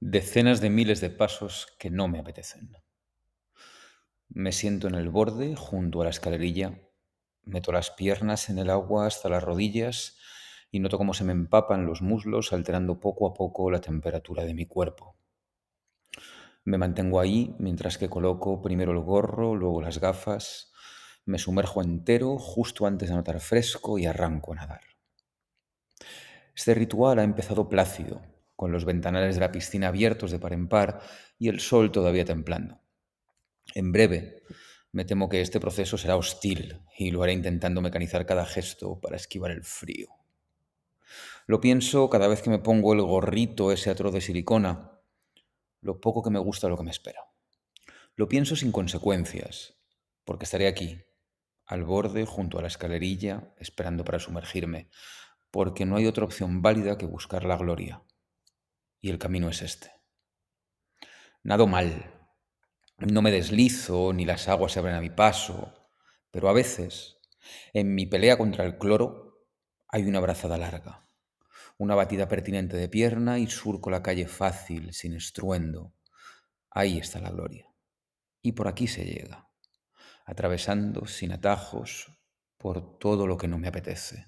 Decenas de miles de pasos que no me apetecen. Me siento en el borde, junto a la escalerilla, meto las piernas en el agua hasta las rodillas y noto cómo se me empapan los muslos, alterando poco a poco la temperatura de mi cuerpo. Me mantengo ahí mientras que coloco primero el gorro, luego las gafas, me sumerjo entero justo antes de notar fresco y arranco a nadar. Este ritual ha empezado plácido, con los ventanales de la piscina abiertos de par en par y el sol todavía templando. En breve, me temo que este proceso será hostil y lo haré intentando mecanizar cada gesto para esquivar el frío. Lo pienso cada vez que me pongo el gorrito ese atroz de silicona, lo poco que me gusta lo que me espera. Lo pienso sin consecuencias, porque estaré aquí, al borde, junto a la escalerilla, esperando para sumergirme, porque no hay otra opción válida que buscar la gloria. Y el camino es este. Nado mal. No me deslizo, ni las aguas se abren a mi paso, pero a veces, en mi pelea contra el cloro, hay una brazada larga, una batida pertinente de pierna y surco la calle fácil, sin estruendo. Ahí está la gloria. Y por aquí se llega, atravesando sin atajos por todo lo que no me apetece.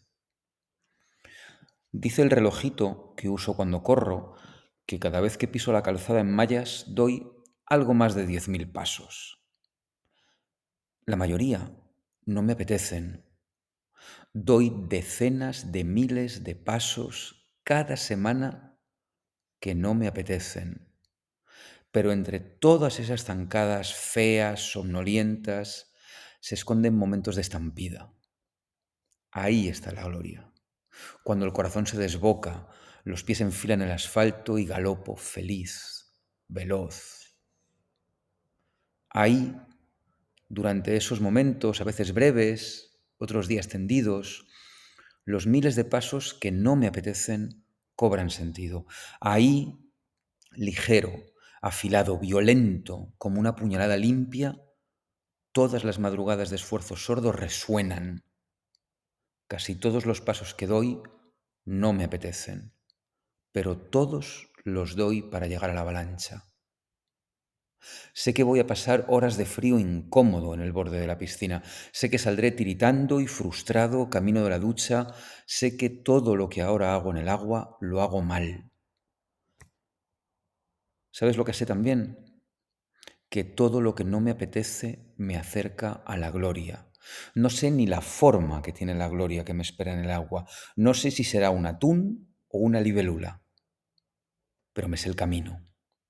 Dice el relojito que uso cuando corro que cada vez que piso la calzada en mallas doy algo más de 10.000 pasos. La mayoría no me apetecen. Doy decenas de miles de pasos cada semana que no me apetecen. Pero entre todas esas zancadas feas, somnolientas, se esconden momentos de estampida. Ahí está la gloria. Cuando el corazón se desboca, los pies enfilan el asfalto y galopo feliz, veloz. Ahí, durante esos momentos, a veces breves, otros días tendidos, los miles de pasos que no me apetecen cobran sentido. Ahí, ligero, afilado, violento, como una puñalada limpia, todas las madrugadas de esfuerzo sordo resuenan. Casi todos los pasos que doy no me apetecen, pero todos los doy para llegar a la avalancha. Sé que voy a pasar horas de frío incómodo en el borde de la piscina. Sé que saldré tiritando y frustrado camino de la ducha. Sé que todo lo que ahora hago en el agua lo hago mal. ¿Sabes lo que sé también? Que todo lo que no me apetece me acerca a la gloria. No sé ni la forma que tiene la gloria que me espera en el agua. No sé si será un atún o una libélula, pero me sé el camino.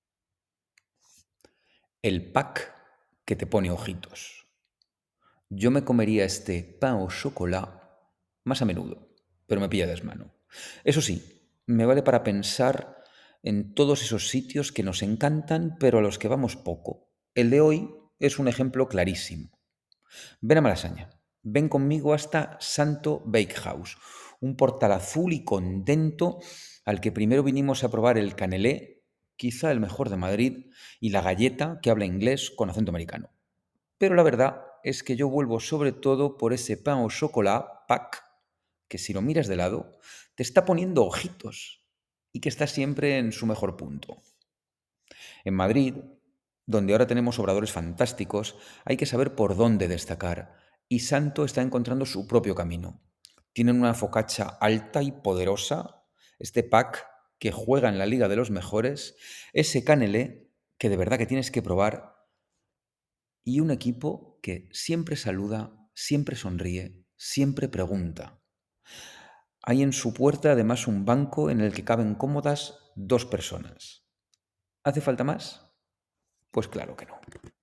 El pack que te pone ojitos. Yo me comería este pain au chocolat más a menudo, pero me pilla desmano. Eso sí, me vale para pensar en todos esos sitios que nos encantan, pero a los que vamos poco. El de hoy es un ejemplo clarísimo. Ven a Malasaña, ven conmigo hasta Santo Bakehouse, un portal azul y contento al que primero vinimos a probar el canelé, quizá el mejor de Madrid, y la galleta que habla inglés con acento americano. Pero la verdad es que yo vuelvo sobre todo por ese pain au chocolat pack, que si lo miras de lado, te está poniendo ojitos y que está siempre en su mejor punto. En Madrid, donde ahora tenemos obradores fantásticos, hay que saber por dónde destacar, y Santo está encontrando su propio camino. Tienen una focaccia alta y poderosa, este pack que juega en la Liga de los Mejores, ese canelé que de verdad que tienes que probar, y un equipo que siempre saluda, siempre sonríe, siempre pregunta. Hay en su puerta además un banco en el que caben cómodas 2 personas. ¿Hace falta más? Pues claro que no.